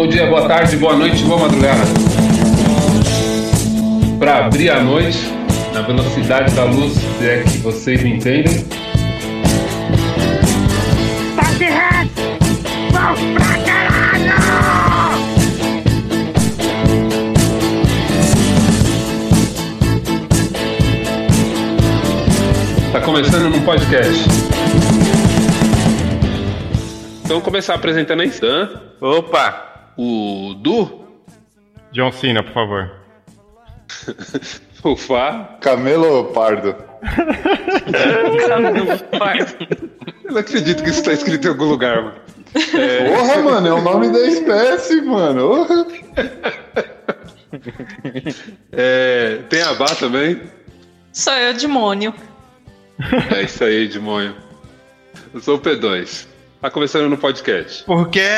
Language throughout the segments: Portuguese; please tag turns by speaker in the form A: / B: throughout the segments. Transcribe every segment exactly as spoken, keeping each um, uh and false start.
A: dia, boa tarde, boa noite, boa madrugada. Para abrir a noite na velocidade da luz, se é que vocês me entendem.
B: Tá de reto! Vamos pra caralho!
A: Tá começando num podcast. Então vamos começar apresentando aí. Dan.
C: Opa!
A: O Du.
D: John Cena, por favor.
A: O Fá.
E: Camelo Pardo.
C: Camelo Pardo.
A: Eu não acredito que isso tá escrito em algum lugar, mano.
E: É... Porra, mano, é o nome da espécie, mano. Porra.
A: É... Tem a Bá também?
F: Sou eu, demônio.
A: É isso aí, demônio. Eu sou o P dois. Tá começando no podcast.
D: Por quê?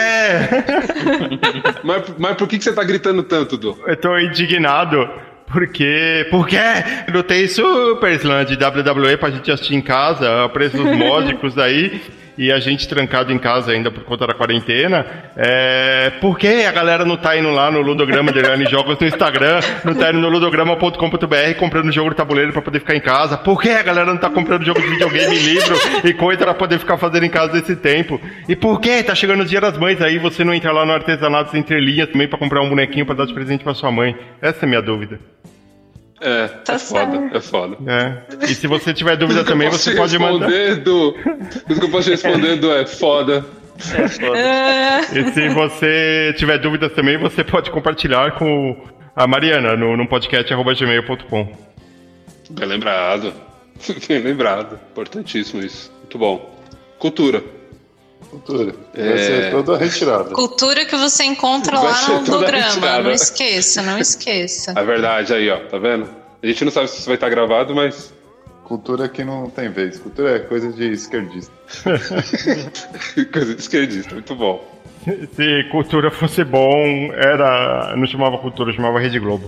A: mas, mas por que, que você tá gritando tanto, Du?
D: Eu tô indignado. Porque, por quê? Não tem Super Slam de W W E pra gente assistir em casa, a preços módicos aí, e a gente trancado em casa ainda por conta da quarentena. É, por que a galera não tá indo lá no Ludograma de Underline Jogos no Instagram, não tá indo no ludograma ponto com ponto b r comprando jogo de tabuleiro pra poder ficar em casa? Por que a galera não tá comprando jogo de videogame, livro e coisa pra poder ficar fazendo em casa nesse tempo? E por que tá chegando o Dia das Mães aí, você não entra lá no Artesanatos Entre Linhas também pra comprar um bonequinho pra dar de presente pra sua mãe? Essa é a minha dúvida.
A: É,
F: tá
A: é foda,
F: certo.
A: é foda.
D: É. E se você tiver dúvida também, você pode mandar.
A: Do... Tudo que eu posso responder do é foda.
C: É foda.
F: É...
D: E se você tiver dúvidas também, você pode compartilhar com a Mariana no, no podcast arroba gmail ponto com.
A: Bem lembrado. Bem lembrado. Importantíssimo isso. Muito bom. Cultura.
E: Cultura. Vai
A: É...
E: ser toda retirada.
F: Cultura que você encontra
A: Vai
F: lá
A: ser
F: no
A: toda
F: Ludograma.
A: retirada.
F: Não esqueça, não esqueça.
A: É verdade, aí ó, tá vendo? A gente não sabe se isso vai estar gravado, mas...
E: Cultura que não tem vez. Cultura é coisa de esquerdista.
A: Coisa de esquerdista, muito bom.
D: Se cultura fosse bom, era. Não chamava cultura, chamava Rede Globo.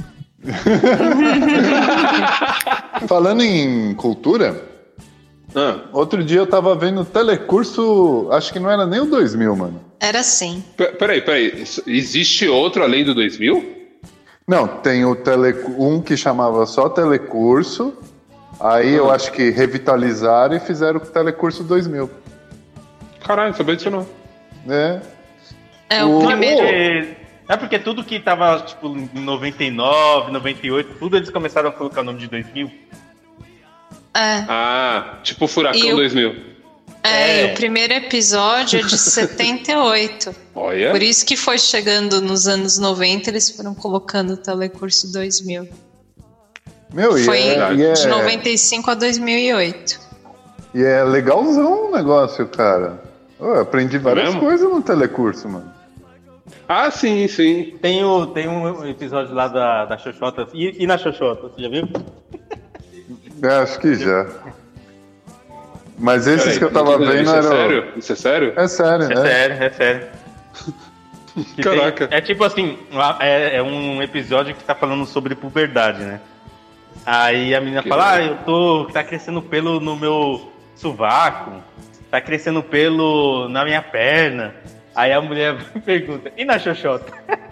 E: Falando em cultura...
A: Ah,
E: Outro dia eu tava vendo telecurso, acho que não era nem o dois mil, mano.
F: Era assim.
A: p- peraí, peraí. Existe outro além do dois mil?
E: Não, tem o tele, um que chamava só telecurso, aí eu acho que revitalizaram e fizeram o telecurso dois mil.
A: Caralho, não sabia disso não.
E: É.
F: É o,
E: O-
F: primeiro.
C: É, é porque tudo que tava, tipo, em noventa e nove, noventa e oito, tudo eles começaram a colocar o nome de dois mil.
F: É,
A: Ah, tipo Furacão
F: E o-
A: dois mil.
F: é,
C: É.
F: e o primeiro episódio é de setenta e oito.
A: Olha.
F: Por isso que foi chegando nos anos noventa, eles foram colocando o Telecurso dois mil.
E: Meu, e
F: Foi
E: é, e,
F: de
E: é,
F: noventa e cinco a dois mil e oito.
E: e é legalzão o negócio, cara. Eu aprendi várias
A: mesmo?
E: coisas no telecurso, mano.
A: Ah, sim, sim.
C: Tem, o, tem um episódio lá da, da Xoxota. E, e na Xoxota, você já viu?
E: É, acho que já. Mas esses
A: Peraí,
E: que eu tava
A: isso
E: vendo
A: é
E: eram...
A: sério? Isso é sério?
E: É sério,
C: É
E: é.
C: sério, é sério. Que
A: Caraca.
C: tem- é tipo assim, lá- é, é um episódio que tá falando sobre puberdade, né? Aí a menina
A: Que
C: fala, ah,
A: legal.
C: eu tô. Tá crescendo pelo no meu sovaco, tá crescendo pelo na minha perna. Aí a mulher pergunta, e na xoxota?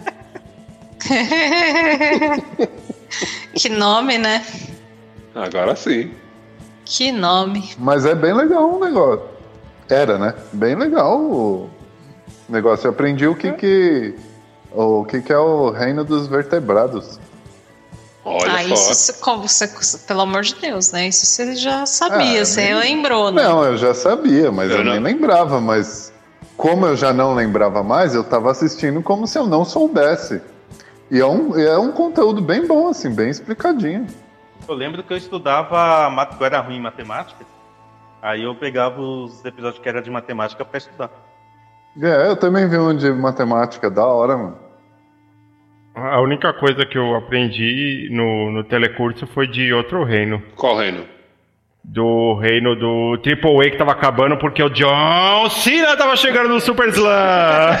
F: Que nome, né?
A: Agora sim.
F: Que nome.
E: Mas é bem legal o negócio. Era, né? Bem legal o negócio. Eu aprendi o que que... O que que é o reino dos vertebrados.
A: Olha
F: ah,
A: só.
F: isso, você- como você, pelo amor de Deus, né? Isso você já sabia,
E: Ah,
F: você
E: nem-
F: lembrou, né?
E: Não, eu já sabia, mas
A: Eu
E: eu,
A: não.
E: nem lembrava. Mas como eu já não lembrava mais, eu tava assistindo como se eu não soubesse. E é um, é um conteúdo bem bom, assim, bem explicadinho.
C: Eu lembro que eu estudava, mat- eu era ruim em matemática, aí eu pegava os episódios que era de matemática pra estudar.
E: É, eu também vi um de matemática, da hora, mano.
D: A única coisa que eu aprendi no, no telecurso foi de outro reino.
A: Qual reino?
D: Do reino do Triple A que tava acabando porque o John Cena tava chegando no Super Slam.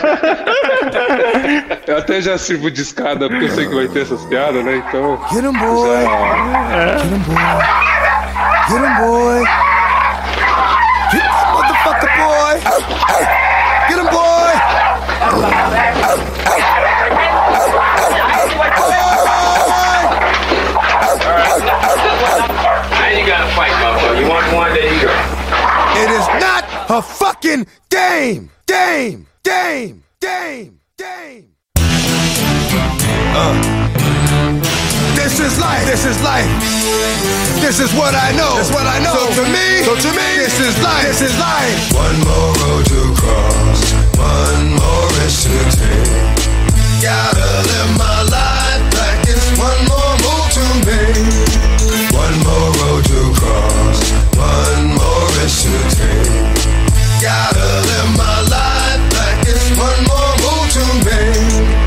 A: Eu até já sirvo de escada porque eu sei que vai ter essas piadas, né? Então.
B: Get him, boy.
A: Já...
B: Get him, boy. Get him, boy. Get that motherfucker, boy. Get him, boy. a fucking game. Game. Game. Game. Game. Uh. This is life. This is life. This is what I know. That's what I know. So to me, so to me, this is life. This is life.
G: One more road to cross. One more risk to take. Gotta live my life like it's one more move to make. One more road to cross. One more risk to take. Gotta live my life like it's one more move to make.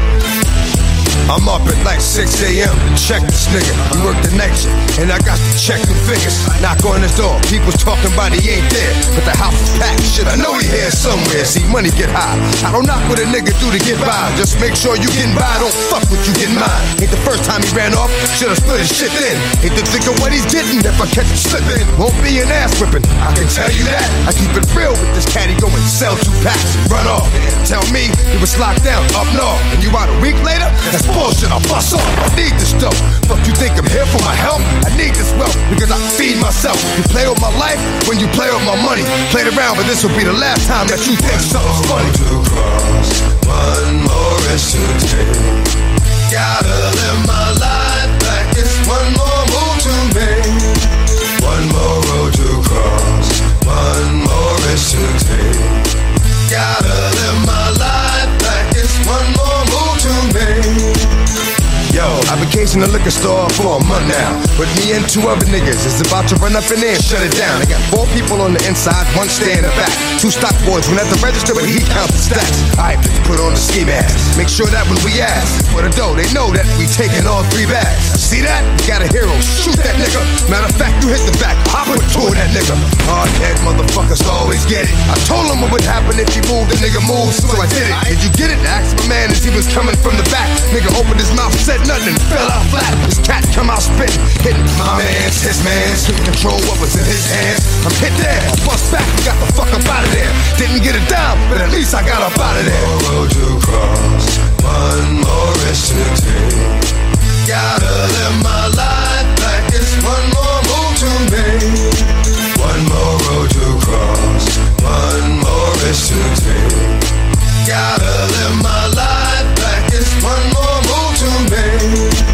B: I'm up at like six a.m. to check this nigga. He worked the night shift, and I got to check them figures. Knock on his door, people's talking about he ain't there, but the house is packed. Shit, I know he here somewhere. See, money get high. I don't knock what a nigga do to get by. Just make sure you getting by, don't fuck with you getting mine. Ain't the first time he ran off, should've split his shit then. Ain't to think of what he's getting if I catch him slipping. Won't be an ass whipping, I can tell you that. I keep it real with this cat, he go and sell two packs and run off. Tell me he was locked down up north, and you out a week later? That's bullshit, I'll bust off. I need this dough. Fuck, you think I'm here for my help? I need this wealth because I feed myself. You play with my life when you play with my money. Played around, but this will be the last time that you think something's funny.
G: To cross, one more risk to take. Gotta live my life like it's one more move to make. One more road to cross, one more risk to take. Gotta live my life like it's one more move to make.
B: Yo, I've been casing the liquor store for a month now. But me and two other niggas is about to run up in there and shut it down. I got four people on the inside, one stay in the back. Two stock boys went at the register, but he counts the stacks. Alright, let's put on the ski mask. Make sure that when we ask for the dough, they know that we taking all three bags. See that? You got a hero, shoot that nigga. Matter of fact, you hit the back, I put two of that nigga. Hard head motherfuckers always get it. I told him what would happen if he moved, the nigga moved, so I did it. Did you get it? Asked my man as he was coming from the back. Nigga opened his mouth, said nothing and fell out flat. His cat come out spitting, hitting my man's, his man's. Couldn't control what was in his hands. I'm hit there, I bust back and got the fuck up out of there. Didn't get it down, but at least I got up out of there.
G: One more road to cross, one more risk to take. Gotta live my life like it's one more move to make. One more road to cross, one more risk to take. Gotta live my life like it's one more move to make.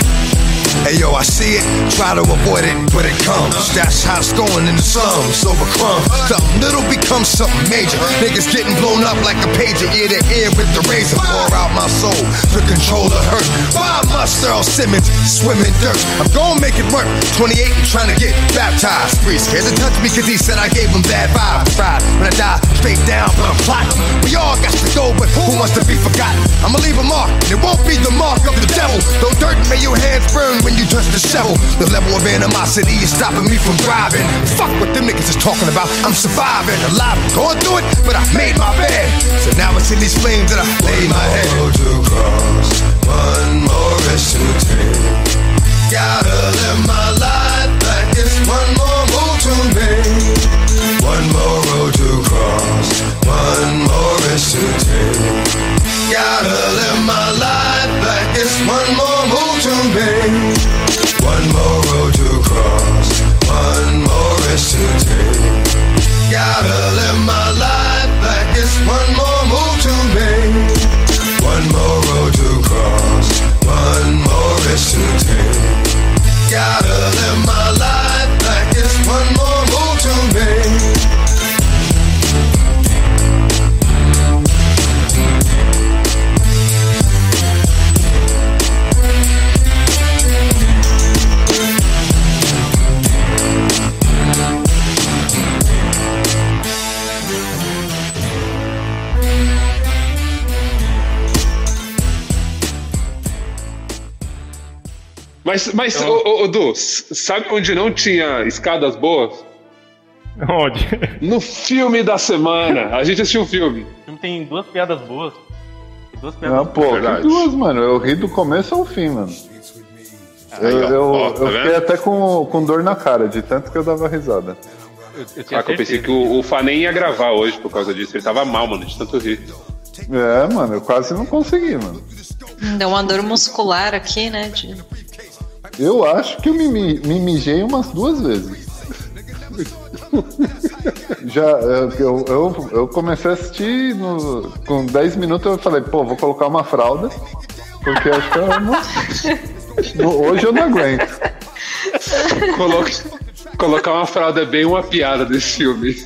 B: Hey yo, I see it, try to avoid it, but it comes. That's how it's going in the slums, over crumbs. Something little becomes something major. Niggas getting blown up like a pager, ear to ear with the razor. Pour out my soul to control the hurt. Why must Earl Simmons swim in dirt? I'm gonna make it work, twenty-eight and trying to get baptized. Free scared to touch me cause he said I gave him bad vibes. Tried when I die, straight down, but I'm plotting. We all got to go, but who wants to be forgotten? I'ma leave a mark, and it won't be the mark of the devil. Though dirt may your hands burn when you touch the shovel. The level of animosity is stopping me from driving. Fuck what them niggas is talking about. I'm surviving, alive, going through it, but I made my bed. So now it's in these flames that I lay my head.
G: One more road to cross, one more risk to take. Gotta live my life like it's one more move to make. One more road to cross, one more risk to take. Gotta live my life like it's one more move to make. One more road to cross, one more risk to take. Gotta live my life like it's one more move to make. One more road to cross, one more risk to take. Gotta live my life like it's one more move to make.
A: Mas, mas então... ô, ô, Du, sabe onde não tinha escadas boas?
D: Onde?
A: No filme da semana. A gente assistiu o filme.
C: O filme tem duas piadas boas. Tem duas piadas
E: Não, pô, que duas, mano. Eu ri do começo ao fim, mano. Eu,
A: Aí, ó,
E: eu,
A: ó, tá
E: eu fiquei
A: vendo?
E: até com, com dor na cara, de tanto que eu dava risada.
C: Eu, eu, tinha
A: Ah, que eu pensei que o, o Fá nem ia gravar hoje por causa disso. Ele tava mal, mano, de tanto rir.
E: É, mano, eu quase não consegui, mano.
F: Deu uma dor muscular aqui, né? De...
E: Eu acho que eu me, me mijei umas duas vezes. Já, eu, eu, eu comecei a assistir no, com dez minutos eu falei, pô, vou colocar uma fralda, porque acho que eu não, hoje eu não aguento.
A: Coloca, colocar uma fralda é bem uma piada desse filme.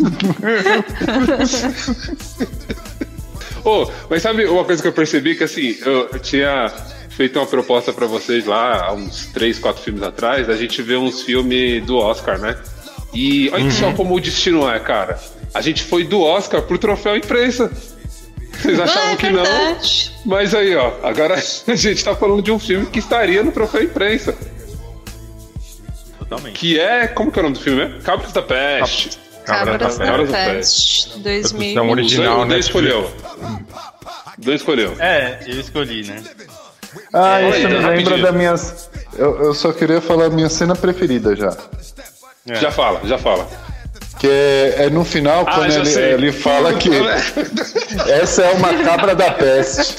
A: Oh, mas sabe uma coisa que eu percebi? Que assim, eu, eu tinha feito uma proposta pra vocês lá há uns três, quatro filmes atrás, a gente vê uns filmes do Oscar, né? E olha uhum. só como o destino é, cara. A gente foi do Oscar pro troféu imprensa. Vocês achavam é que não? Mas aí, ó, agora a gente tá falando de um filme que estaria no troféu imprensa.
C: Totalmente.
A: Que é. Como que é o nome do filme mesmo? Cabras da Peste.
F: Cabras da, da Peste. dois mil.
D: É original,
A: o
D: né?
A: escolheu. Dan escolheu.
C: É, eu escolhi, né?
E: Ah,
A: é,
E: isso
A: é,
E: me lembra
A: rapidinho.
E: da minha. Eu, eu só queria falar a minha cena preferida já.
A: É. Já fala, já fala.
E: Que é, é no final,
A: ah,
E: quando ele, ele fala que essa é uma cabra da peste.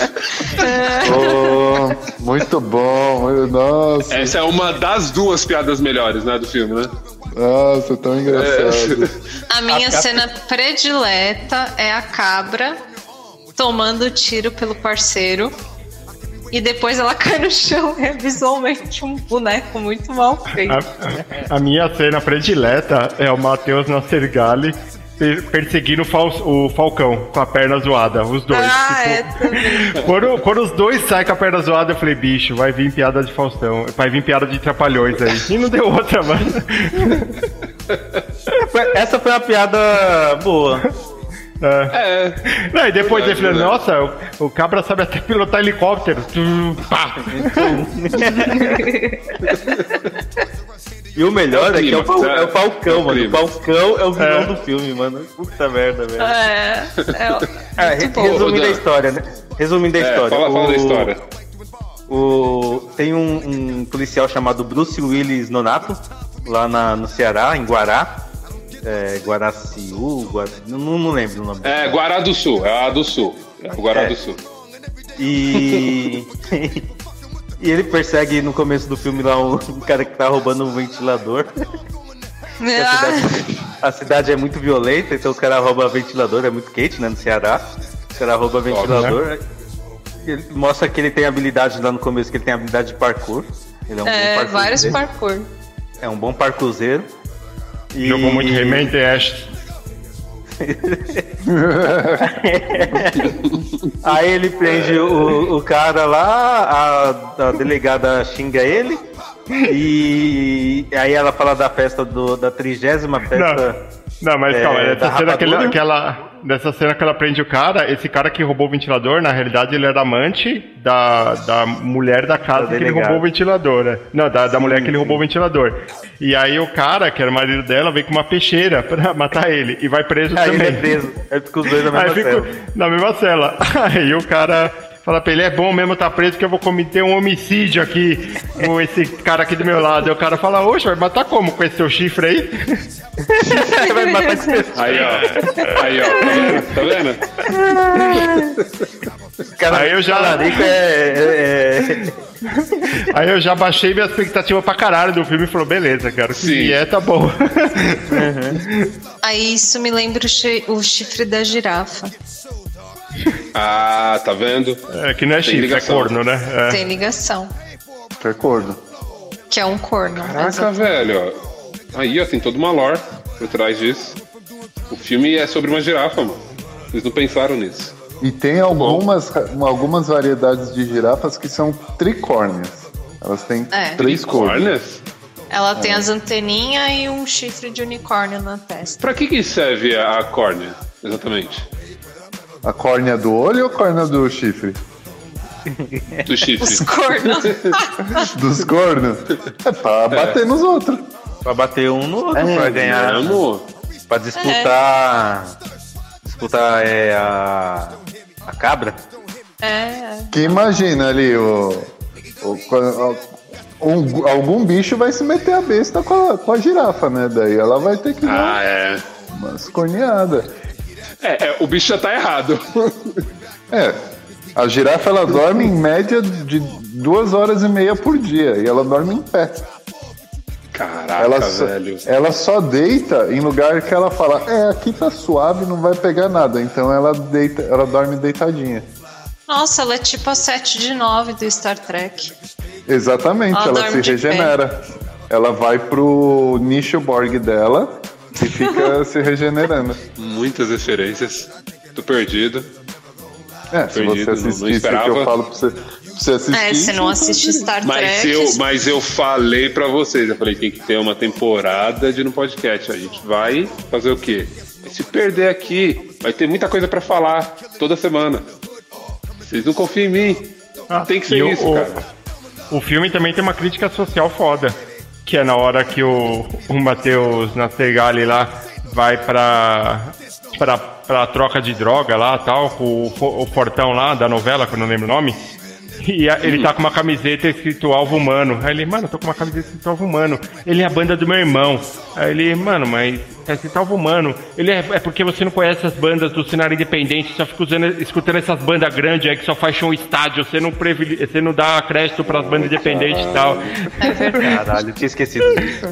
E: Oh, muito bom, nossa.
A: Essa é uma das duas piadas melhores, né, do filme, né?
E: Nossa, tão engraçado.
F: A minha cena predileta é a cabra tomando tiro pelo parceiro. E depois ela cai no chão. É visualmente um boneco muito mal feito.
D: A, a minha cena predileta é o Matheus Nascergali per- perseguindo o, fal- o Falcão com a perna zoada. Os dois.
F: Ah,
D: tipo,
F: é também.
D: Quando, quando os dois saem com a perna zoada, eu falei, bicho, vai vir piada de Faustão. Vai vir piada de Trapalhões aí. E não deu outra, mano.
C: Essa foi uma piada boa.
D: É.
A: É.
D: Não, e depois
A: Verdade,
D: ele falou,
A: né?
D: nossa, o, o cabra sabe até pilotar helicóptero. Tum, pá.
C: E o melhor é,
A: É o
C: que é o,
A: clima,
C: Fal- é o Falcão,
A: é o
C: mano. O
A: clima.
C: Falcão é o vilão
D: É.
C: do filme, mano. Puta merda, velho.
F: É, é,
C: É, re-
F: bom.
C: resumindo
A: Dan.
C: a história, né? Resumindo a
A: É,
C: história.
A: fala, fala
C: o,
A: da história.
C: O, tem um, um policial chamado Bruce Willis Nonato, lá na, no Ceará, em Guará. É, Guaraciú, Guara... não, não lembro o nome.
A: É, Guará do Sul, é a do Sul. É o Guará
C: É.
A: do Sul.
C: E... e ele persegue no começo do filme lá um, um cara que tá roubando um ventilador. A cidade, a cidade é muito violenta, então os caras roubam ventilador, é muito quente, né, no Ceará. Os caras roubam ventilador. E ele mostra que ele tem habilidade lá no começo, que ele tem habilidade de parkour. Ele é um
F: É,
C: bom
F: vários
C: parkourzeiro.
F: parkour.
C: É um bom parkourzeiro. E...
D: Jogou muito He-Man e Ash.
C: Aí ele prende o, o cara lá, a, a delegada xinga ele. E aí ela fala da festa do, da trigésima festa.
D: Não, não, mas
C: É,
D: calma,
C: da
D: nessa cena, que ela,
C: rapadura?
D: que ela, nessa cena que ela prende o cara, esse cara que roubou o ventilador, na realidade ele era amante da, da mulher da casa
C: Da
D: que ele
C: delegada.
D: roubou o ventilador, né? Não, da, da mulher que ele roubou o ventilador. E aí o cara, que era o marido dela, vem com uma peixeira pra matar ele e vai preso
C: Aí
D: também.
C: ele é preso. É com os dois na mesma
D: Aí fico
C: cela.
D: na mesma cela. Aí o cara fala pra ele, é bom mesmo tá preso que eu vou cometer um homicídio aqui com esse cara aqui do meu lado. Aí o cara fala, oxe, vai matar como? Com esse seu chifre aí?
C: Vai matar com esse-
A: Aí, ó. Aí, ó. Tá vendo? Tá vendo?
C: cara,
D: Aí eu já-
C: talarico é, é, é-
D: Aí eu já baixei minha expectativa pra caralho do filme e falou, beleza, cara, se
A: Sim.
D: vier tá bom.
F: Aí isso me lembra o, chi- o chifre da girafa.
A: Ah, tá vendo?
D: É que não é
A: Tem
D: chifre, é
A: ligação.
D: corno, né? É.
F: Tem ligação.
E: Recordo.
F: Que é um corno.
A: Caraca,
F: exato.
A: velho. Ó. Aí, ó, tem toda uma lore por trás disso. O filme é sobre uma girafa, mano. Vocês não pensaram nisso.
E: E tem algumas, algumas variedades de girafas que são tricórneas. Elas têm
F: É.
E: três cores.
A: Tricórneas?
F: Ela tem as anteninhas e um chifre de unicórnio na testa.
A: Pra que que serve a córnea, exatamente?
E: A córnea do olho ou a córnea do chifre?
A: Do chifre.
F: Os cornos.
E: Dos cornos? É pra bater nos outros.
C: pra bater um no outro,
E: É,
C: pra ganhar.
A: Mesmo?
C: Pra disputar. Disputar é, a. A cabra.
F: É.
E: Que imagina ali o. o- o- um- algum bicho vai se meter a besta com a, com a girafa, né? Daí ela vai ter que dar
A: Ah, é.
E: umas corneadas.
A: É, é, o bicho já tá errado.
E: É. A girafa ela dorme em média de duas horas e meia por dia. E ela dorme em pé.
A: Caraca,
E: ela só,
A: velho.
E: ela só deita em lugar que ela fala, é, aqui tá suave, não vai pegar nada. Então ela deita, ela dorme deitadinha.
F: Nossa, ela é tipo a sete de nove do Star Trek.
E: Exatamente,
F: Ela
E: ela,
F: dorme
E: se
F: de
E: regenera. Ela vai pro nicho Borg dela e fica se regenerando.
A: Muitas referências. Tô perdido.
E: É, se
A: Perdido,
E: você
A: não- não
E: assistisse o que
A: esperava.
E: eu falo pra você, pra você assistir.
F: É, você não assiste Star
A: Mas
F: Trek.
A: eu, mas eu falei pra vocês, eu falei, tem que ter uma temporada de no podcast. A gente vai fazer o quê? Se perder aqui, vai ter muita coisa pra falar toda semana. Vocês não confiam em mim. Tem que ser
D: E o-
A: isso,
D: o,
A: cara.
D: O filme também tem uma crítica social foda. Que é na hora que o, o Matheus Nastergalli lá vai pra, pra, pra troca de droga lá tal, com o, fo- o Fortão lá da novela, que eu não lembro o nome. E a- ele tá com uma camiseta escrito Alvo Humano. Aí ele, mano, eu tô com uma camiseta escrito Alvo Humano. Ele é a banda do meu irmão. Aí ele, mano, mas tá escrito Alvo Humano. Ele é, é porque você não conhece as bandas do cenário independente, só fica usando, escutando essas bandas grandes aí que só faz show em estádio. Você não, previli- você não dá crédito pras bandas independentes e tal.
C: Caralho, eu tinha esquecido disso.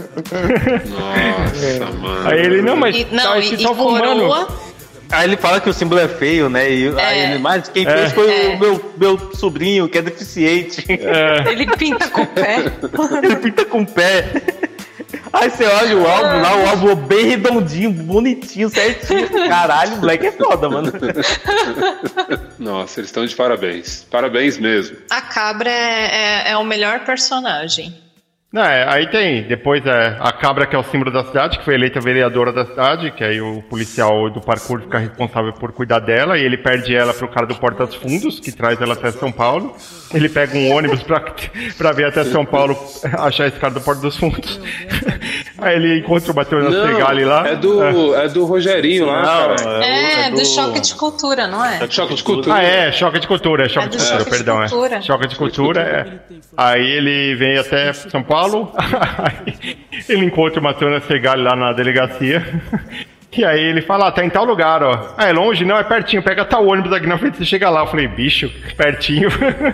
A: Nossa, mano.
D: Aí ele, não, mas
F: E,
D: tá
F: não, e,
D: escrito
F: e
D: Alvo Humano.
F: coroa.
C: Aí ele fala que o símbolo é feio, né? E aí ele, mas quem fez
D: É.
C: foi
F: É.
C: o meu, meu sobrinho, que é deficiente.
F: Ele pinta com o pé.
C: Ele pinta com o pé. Aí você olha o álbum lá, o álbum bem redondinho, bonitinho, certinho. Caralho, o moleque é foda, mano.
A: Nossa, eles estão de parabéns. Parabéns mesmo.
F: A cabra é, é, é o melhor personagem.
D: Não, é, aí tem, depois é, a cabra que é o símbolo da cidade, que foi eleita vereadora da cidade, que aí o policial do parkour fica responsável por cuidar dela, e ele perde ela pro cara do Porta dos Fundos, que traz ela até São Paulo. Ele pega um ônibus pra, pra vir até São Paulo achar esse cara do Porta dos Fundos. Aí ele encontra o Matheus Nastergalli lá.
A: é do, é do Rogerinho lá, cara.
F: É, do... choque de cultura, não é?
A: Choque de cultura.
D: Ah, é, choque de cultura, é choque
F: É
D: de
F: do
D: cultura,
F: choque de
D: perdão,
F: cultura.
D: é. Choque de cultura, é. Aí ele vem até São Paulo, aí ele encontra o Matheus Nastergalli lá na delegacia, e aí ele fala, ah, tá em tal lugar, ó. Ah, é longe? Não, é pertinho, pega tal ônibus aqui na frente, você chega lá. Eu falei, bicho, pertinho.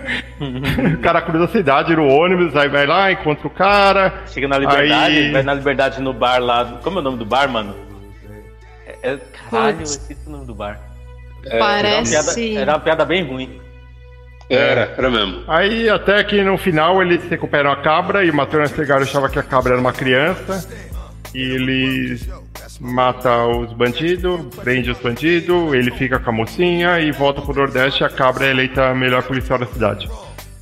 D: O cara cruza a cidade no ônibus, aí vai lá, encontra o cara.
C: Chega na Liberdade,
D: aí...
C: ele vai na Liberdade no bar lá. Como é o nome do bar, mano? É, é, caralho, eu
F: Putz.
C: esqueci o nome do bar.
A: É,
C: Era uma, piada,
F: Parece.
C: era uma piada bem ruim.
A: Era, era mesmo.
D: Aí até que no final eles recuperam a cabra e o Matheus Nastergalli achava que a cabra era uma criança. E ele mata os bandidos, prende os bandidos, ele fica com a mocinha e volta pro Nordeste e a cabra é eleita a melhor policial da cidade.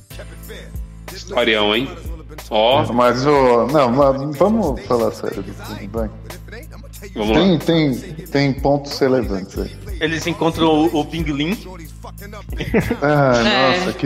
A: Historião, hein? Ó,
E: Mas o. Não, mas vamos falar sério do filme, vai.
A: vamos lá.
E: Tem, tem, tem pontos relevantes aí.
C: Eles encontram o, o Pinguim.
E: Ah,
F: É.
E: nossa, que.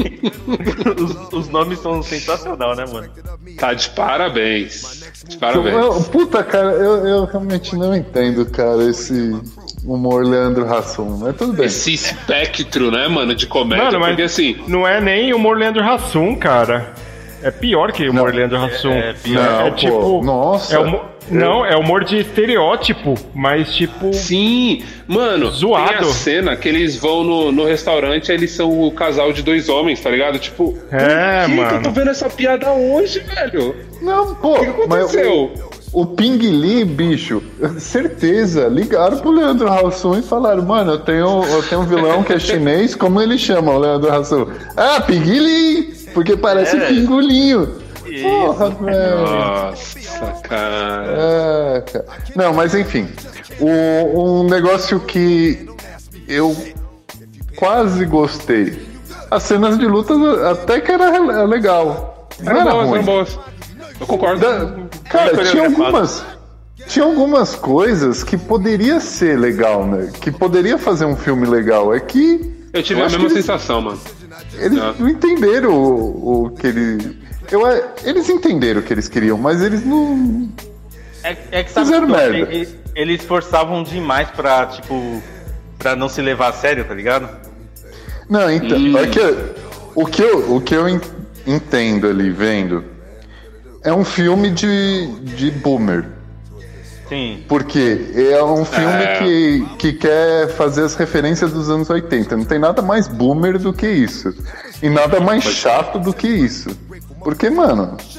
C: os, os nomes são sensacionais, né, mano?
A: Tá de parabéns. De parabéns.
E: Eu- puta, cara, eu, eu realmente não entendo, cara, esse humor Leandro Hassum, mas tudo bem.
A: Esse espectro, né, mano, de comédia.
D: Mano, mas
A: porque assim,
D: não é nem humor Leandro Hassum, cara. É pior que humor
E: Não,
D: Leandro Hassum.
C: é pior.
E: Não,
D: é
E: pô,
D: tipo.
E: nossa.
D: é humor- Não, é humor de estereótipo, mas tipo.
A: sim, mano,
D: Zoado.
A: tem a cena que eles vão no, no restaurante, eles são o casal de dois homens, tá ligado? Tipo,
D: É,
A: por que que
D: mano.
A: eu tô vendo essa piada hoje, velho?
E: Não, pô,
A: O que
E: mas
A: aconteceu?
E: o, o Ping Lee, bicho, certeza, ligaram pro Leandro Hassum e falaram, mano, eu tenho, eu tenho um vilão que é chinês, como ele chama o Leandro Hassum? Ah, Ping Lee, porque parece
C: É.
E: pingolinho. Porra, velho.
A: Nossa, cara.
E: É, cara. Não, mas enfim. O, um negócio que eu quase gostei. As cenas de luta até que era re- legal. Não
A: Eram
E: era
A: boas,
E: ruim.
A: eram boas. Eu concordo.
E: Da- cara, tinha algumas. Tinha algumas coisas que poderia ser legal, né? Que poderia fazer um filme legal. É que.
A: Eu tive
E: eu
A: a
E: acho
A: mesma
E: que eles-
A: sensação, mano.
E: Eles
A: Ah.
E: não entenderam o, o que ele. Eu, eles entenderam o que eles queriam, mas eles não.
C: É, é que sabe
E: Fizeram
C: que
E: merda.
C: eles, eles forçavam demais pra, tipo, pra não se levar a sério, tá ligado?
E: Não, então, é que, o, que eu, o que eu en- entendo ali vendo é um filme de, de boomer.
C: Sim.
E: Porque é um filme
A: É.
E: que, que quer fazer as referências dos anos oitenta. Não tem nada mais boomer do que isso. E nada mais chato do que isso. Porque, mano,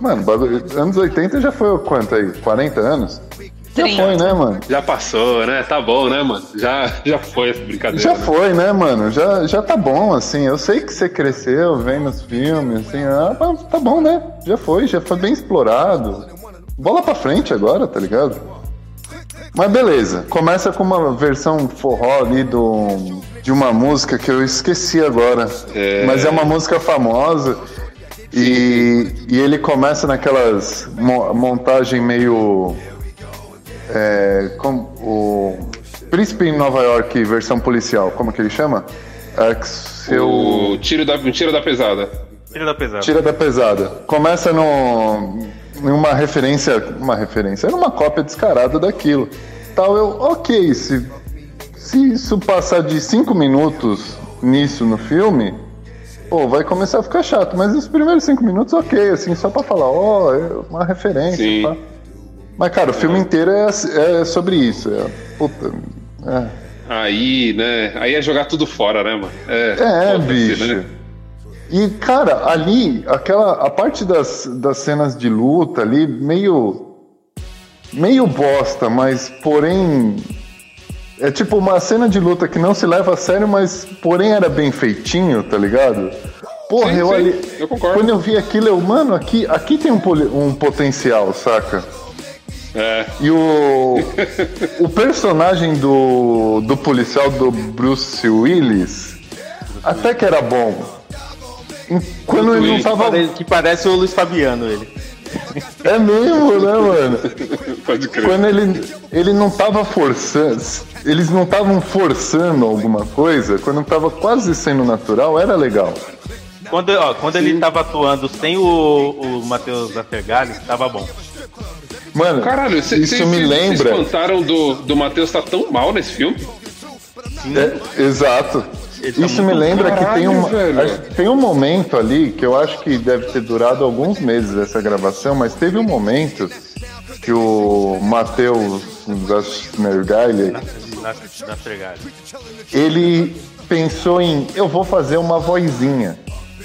E: Mano, anos oitenta já foi quanto aí? quarenta anos? Já
F: trinta.
E: foi, né, mano?
A: Já passou, né? Tá bom, né, mano? Já, já foi essa brincadeira.
E: Já
A: né?
E: foi, né, mano? Já, já tá bom, assim. Eu sei que você cresceu vendo os filmes, assim. Ah, tá bom, né? Já foi, já foi bem explorado. Bola pra frente agora, tá ligado? Mas beleza. Começa com uma versão forró ali do, de uma música que eu esqueci agora.
A: É...
E: Mas é uma música famosa. E, e ele começa naquelas mo montagem meio... É, com, o Príncipe em Nova York, versão policial, como que ele chama? Axel...
A: O tiro da, tiro da pesada.
C: Tira da pesada.
E: Tira da pesada. Começa no, em uma referência, uma referência, era uma cópia descarada daquilo. Tal, eu, ok, se, se isso passar de cinco minutos nisso no filme, pô, vai começar a ficar chato, mas os primeiros cinco minutos, ok, assim, só pra falar, ó, oh, é uma referência,
A: Sim.
E: tá? Mas, cara, o filme inteiro é, é sobre isso. É, puta. É,
A: Aí, né? Aí é jogar tudo fora, né, mano? É,
E: é
A: bicho.
E: bicho. E, cara, ali, aquela, a parte das, das cenas de luta ali, meio. meio bosta, mas porém. É tipo uma cena de luta que não se leva a sério, mas porém era bem feitinho, tá ligado? Porra,
A: Sim,
E: eu
A: sim,
E: ali.
A: eu concordo.
E: Quando eu vi aquilo, eu, mano, aqui, aqui tem um, poli, um potencial, saca?
A: É.
E: E o, o personagem do, do policial do Bruce Willis até que era bom. Em- Quando ele não tava.
C: Que parece o Luiz Fabiano, ele.
E: É mesmo, né, mano?
A: Pode crer.
E: Quando ele, ele não tava forçando. Eles não estavam forçando alguma coisa, quando tava quase sendo natural, era legal.
C: Quando, ó, quando ele tava atuando sem o, o Matheus Nastergalli, tava bom.
E: Mano,
A: Caralho, cê,
E: isso
A: cê,
E: me
A: cê,
E: lembra.
A: Vocês contaram do, do Matheus tá tão mal nesse filme?
E: É, exato.
C: Ele tá
E: Isso me
C: muito
E: lembra que tem
A: caralho,
E: um,
A: velho.
E: acho que tem um momento ali que eu acho que deve ter durado alguns meses essa gravação, mas teve um momento que o Matheus Nastergalli,
C: Nastergalli.
E: ele pensou em eu vou fazer uma vozinha.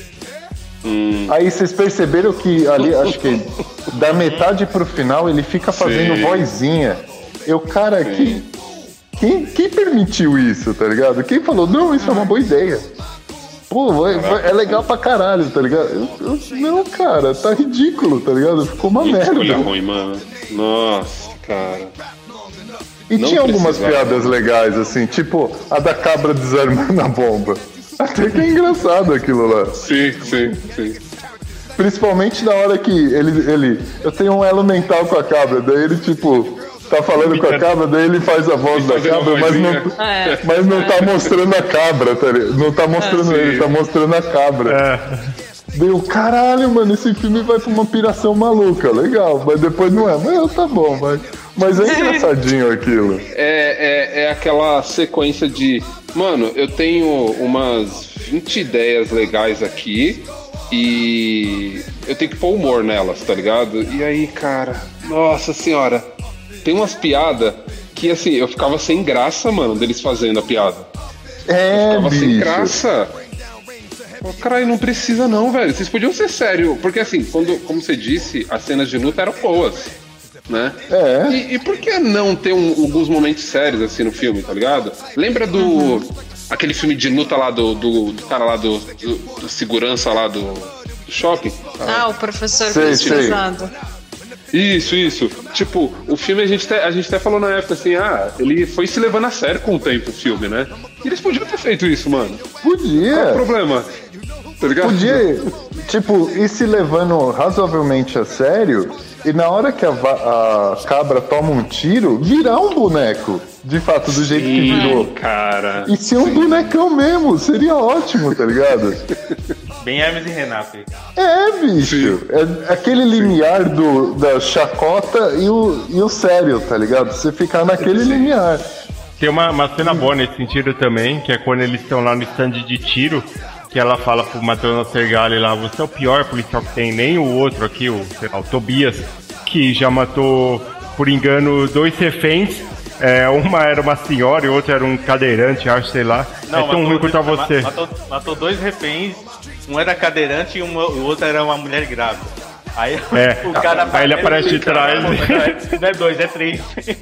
A: Hum.
E: Aí vocês perceberam que ali, acho que da metade pro final ele fica fazendo
A: Sim.
E: vozinha. Eu, cara, que, quem, quem permitiu isso, tá ligado? Quem falou, não, isso é uma boa ideia. Pô, vai- vai- é legal pra caralho, tá ligado? Eu, eu, não, cara, tá ridículo, tá ligado? Ficou uma
A: Que escolha
E: merda.
A: ruim, mano. Nossa, cara.
E: E
A: Não
E: tinha algumas
A: precisava.
E: piadas legais, assim, tipo a da cabra desarmando a bomba. Até que é engraçado aquilo lá.
A: Sim, sim, sim.
E: Principalmente na hora que ele, ele. Eu tenho um elo mental com a cabra, daí ele, tipo, tá falando com a cabra, daí ele faz a voz da
A: fazendo
E: cabra,
A: a
E: mas não,
A: vozinha.
F: É.
E: mas não tá mostrando a cabra, tá ligado? Não tá mostrando
A: É,
E: ele,
A: sim.
E: tá mostrando a cabra.
D: É.
E: Deu, caralho, mano, esse filme vai pra uma piração maluca, legal, mas depois não é. Mas tá bom, mas, mas é engraçadinho aquilo.
A: É, é, é aquela sequência de... Mano, eu tenho umas vinte ideias legais aqui e eu tenho que pôr humor nelas, tá ligado? E aí, cara, nossa senhora, tem umas piadas que, assim, eu ficava sem graça, mano, deles fazendo a piada.
E: É,
A: Ficava sem
E: bicho.
A: graça. Pô, caralho, não precisa não, velho. Vocês podiam ser sério. Porque assim, quando, como você disse, as cenas de luta eram boas, né?
E: É.
A: E, e por que não ter um- alguns momentos sérios assim no filme, tá ligado? Lembra do... Aquele filme de luta lá do, do, do cara lá do, do, do segurança lá do, do shopping?
F: Ah, o professor
E: Sei, sei.
F: pesquisado.
A: Isso, isso. Tipo, o filme a gente, até, a gente até falou na época assim, ah, ele foi se levando a sério com o tempo, o filme, né? E eles podiam ter feito isso, mano. Qual é o
E: Podia.
A: problema? Tá ligado?
E: Podia, tipo, ir se levando razoavelmente a sério e na hora que a, va- a cabra toma um tiro, virar um boneco. De fato, do jeito que virou.
A: Cara.
E: E ser um bonecão mesmo, seria ótimo, tá ligado?
C: Bem Hermes e Renato aí.
E: É, bicho. É aquele limiar do, da chacota e o, e o sério, tá ligado? Você ficar naquele limiar.
D: Tem uma, uma cena boa nesse sentido também, que é quando eles estão lá no stand de tiro, que ela fala pro Matheus Nastergalli lá, você é o pior policial que tem, nem o outro aqui, o, sei lá, o Tobias, que já matou, por engano, dois reféns. É, uma era uma senhora e outra era um cadeirante, acho, sei lá. é tão
C: matou
D: ruim quanto a
C: dois-
D: você.
C: Matou, matou dois reféns, um era cadeirante e uma- o outro era uma mulher grávida. Aí
D: É,
C: o cara
D: aí ele aparece de trás.
C: Não, não é dois, é três.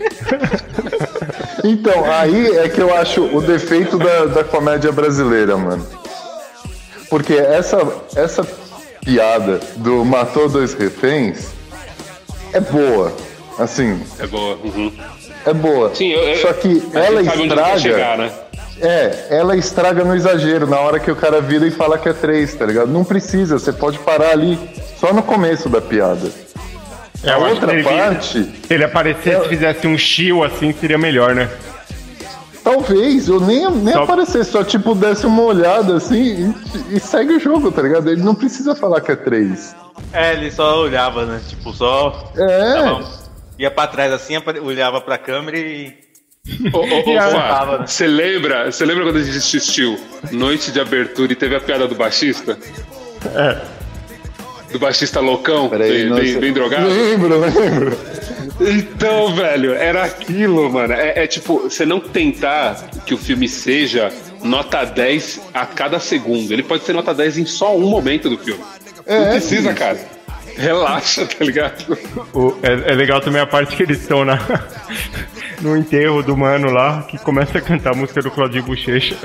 E: Então, aí é que eu acho o defeito da, da comédia brasileira, mano. Porque essa, essa piada do matou dois reféns é boa. Assim,
A: É boa. Uhum.
E: é boa.
A: Sim, eu, eu,
E: Só que
A: a
E: ela
A: gente sabe onde ela quer
E: estraga.
A: chegar, né?
E: É, ela estraga no exagero, na hora que o cara vira e fala que é três, tá ligado? Não precisa, você pode parar ali só no começo da piada.
D: É,
E: A
D: eu acho
E: outra
D: que ele-
E: parte,
D: Se ele aparecesse e fizesse um chill assim, seria melhor, né?
E: talvez eu nem, nem
D: Só-
E: aparecer, só tipo desse uma olhada assim e, e segue o jogo, tá ligado? Ele não precisa falar que é três.
C: É, ele só olhava, né? Tipo, só.
E: É.
C: Tava- ia pra trás assim, apa- olhava pra câmera e.
A: Ô, ô, ô,
C: E
A: Fá,
C: voltava, né?
A: você lembra, você lembra quando a gente assistiu Noite de Abertura e teve a piada do baixista?
D: É.
A: Do baixista loucão,
E: Peraí,
A: bem,
E: nossa.
A: bem, bem drogado?
E: Lembro, lembro.
A: Então, velho, era aquilo, mano. É, é tipo, você não tentar que o filme seja nota dez a cada segundo. Ele pode ser nota dez em só um momento do filme.
E: É,
A: não precisa,
E: sim.
A: cara. Relaxa, tá ligado?
D: O- é, é legal também a parte que eles estão na, no enterro do mano lá, que começa a cantar a música do Claudinho Bochecha.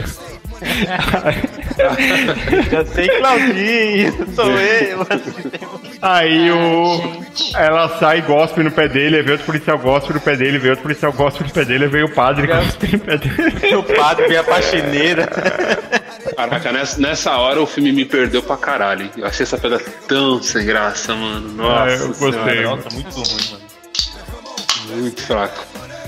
C: Já sei, Claudinho, sou eu.
D: Aí o, ela sai e gospe no pé dele, aí vem outro policial gospe no pé dele, vem outro policial gospe no pé dele, aí vem o padre gospe no pé dele.
C: O padre vem a faxineira.
A: Caraca, nessa, nessa hora o filme me perdeu pra caralho. hein? Eu achei essa pedra tão sem graça, mano. Nossa,
D: É, eu gostei.
A: Senhora,
C: Nossa, muito ruim, mano.
A: muito fraco.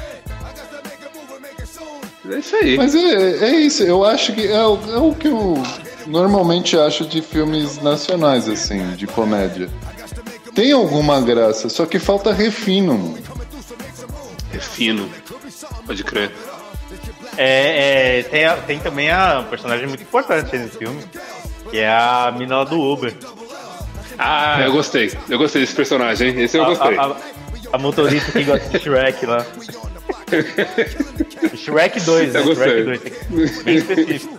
A: É isso aí.
E: Mas é, é isso, eu acho que é, o- é o que eu normalmente acho de filmes nacionais, assim, de comédia. Tem alguma graça, só que falta refino, mano.
A: É fino. Pode crer.
C: É, é, tem, a- tem também a personagem muito importante nesse filme, que é a mina lá do Uber.
A: Ah, eu gostei. Eu gostei desse personagem, hein? Esse eu
C: A,
A: gostei.
C: a, a- a motorista que gosta de Shrek lá. Shrek dois, né?
A: Eu gostei.
C: Shrek dois, tem que- bem específico.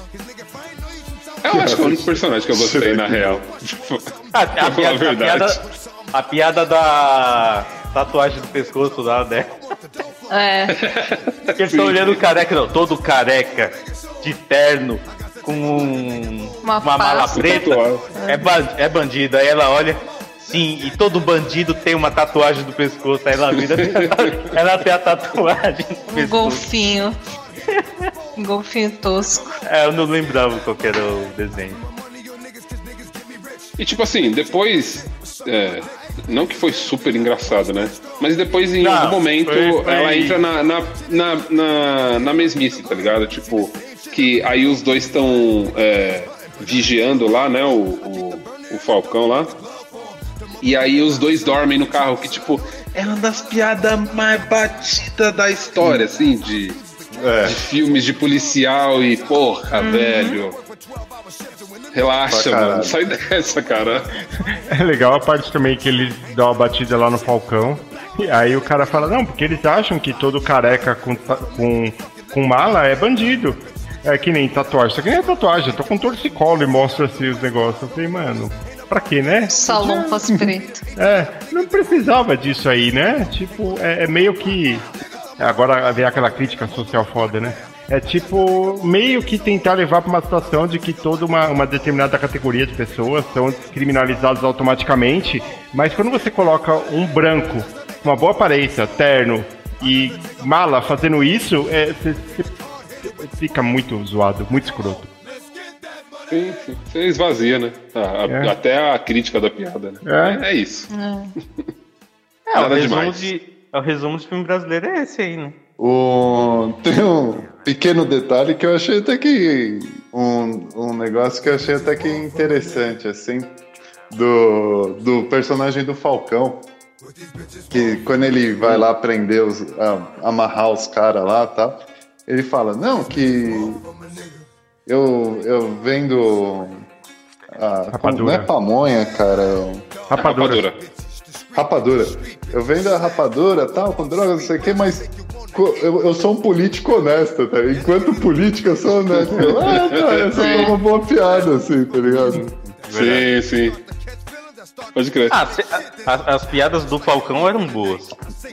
A: Eu acho que é o único personagem que eu gostei, na real.
C: Ah, a,
A: Pra falar a
C: piada, a,
A: verdade.
C: piada, a piada da tatuagem do pescoço lá, né?
F: É.
C: Que eles estão olhando o careca, não, todo careca, de terno, com um-
F: Uma
C: uma, mala
F: pasta.
C: preta, é, ba- é bandido. Aí ela olha, sim, e todo bandido tem uma tatuagem do pescoço. Aí ela vira, ela tem a tatuagem do
F: Um
C: pescoço.
F: golfinho. Um golfinho tosco.
C: É, eu não lembrava qual que era o desenho.
A: E tipo assim, depois. é, não que foi super engraçado, né? Mas depois, em
C: Não,
A: algum momento,
C: foi- foi-
A: ela entra na, na, na, na, na mesmice, tá ligado? Tipo, que aí os dois estão é, vigiando lá, né? O, o, o Falcão lá. E aí os dois dormem no carro, que tipo, é uma das piadas mais batidas da história, assim, de, de filmes de policial e porra, velho. Relaxa,
E: Pra caralho.
A: mano. Sai dessa, cara.
D: É legal a parte também que eles dão uma batida lá no Falcão. E aí o cara fala, não, porque eles acham que todo careca com, ta- com, com mala é bandido. É que nem tatuagem. Isso aqui nem é tatuagem, eu tô com torcicolo e mostra assim os negócios. Eu falei, mano, pra quê, né?
F: Salompas preto.
D: É, não precisava disso aí, né? Tipo, é, é meio que. Agora vem aquela crítica social foda, né? É tipo, meio que tentar levar pra uma situação de que toda uma, uma determinada categoria de pessoas são criminalizadas automaticamente, mas quando você coloca um branco, uma boa aparência, terno e mala fazendo isso, é, você, você fica muito zoado, muito escroto.
A: Sim, sim. Você esvazia, né? A- a-
D: É.
A: Até a crítica da piada, né?
D: É.
A: É, isso.
C: É, o
A: Nada
C: resumo,
A: demais.
C: de, o resumo de filme brasileiro é esse aí, né?
E: O... Tem um pequeno detalhe que eu achei até que. Um, um negócio que eu achei até que interessante, assim, do, do personagem do Falcão. Que quando ele vai lá prender os. a- amarrar os caras lá e tal, ele fala, não, que. Eu, eu vendo. A,
D: Rapadura.
E: não é pamonha, cara.
D: Rapadura.
A: Rapadura.
E: Rapadura. Eu vendo a rapadura, tal, com drogas, não sei o quê, mas co- eu, eu sou um político honesto, tá? Enquanto político, eu sou honesto. Eu, ah, tá, essa foi uma boa piada, assim, tá ligado?
A: Sim, sim. Pode crer.
C: Ah, cê- a- a- as piadas do Falcão eram boas.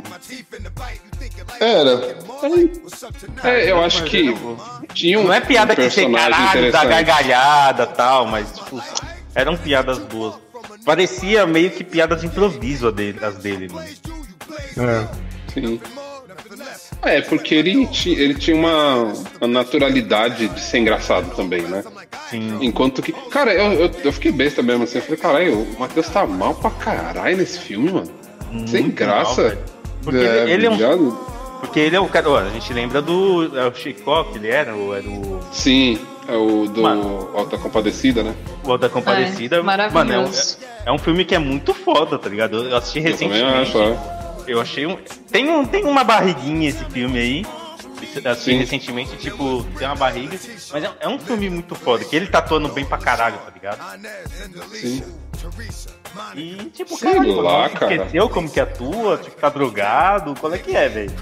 E: Era.
A: É, eu acho que tinha um
C: Não é piada
A: um
C: que você
A: personagem
C: caralho, da
A: interessante.
C: gargalhada e tal, mas tipo, eram piadas boas. Parecia meio que piadas de improviso a dele, as dele, mano.
D: É.
A: Sim. É, porque ele, ti- ele tinha uma, uma naturalidade de ser engraçado também, né?
C: Sim.
A: Enquanto que. Cara, eu, eu, eu fiquei besta mesmo assim. Eu falei, caralho, o Matheus tá mal pra caralho nesse filme, mano. Sem
C: Muito
A: graça.
C: mal, velho. Porque
A: É,
C: ele, ele é um.
A: ligado?
C: Porque ele é o cara. Ó, a gente lembra do. É o Chicó que ele era, ou era o.
A: Sim, é o do
C: Mano.
A: Alta Compadecida, né?
C: O da Compadecida.
F: É,
C: Mano, é um,
F: maravilhoso.
C: é um filme que é muito foda, tá ligado? Eu assisti
A: Eu também
C: recentemente.
A: acho, é.
C: Eu achei um. Tem, um, tem uma barriguinha esse filme aí. Assim,
A: Sim.
C: recentemente, tipo, tem uma barriga. Mas é, é um filme muito foda, que ele tá atuando bem pra caralho, tá ligado?
A: Sim.
C: E, tipo,
A: Sei
C: caralho,
A: lá,
C: mano,
A: cara.
C: esqueceu como que atua, tipo, tá drogado, qual é que é, velho?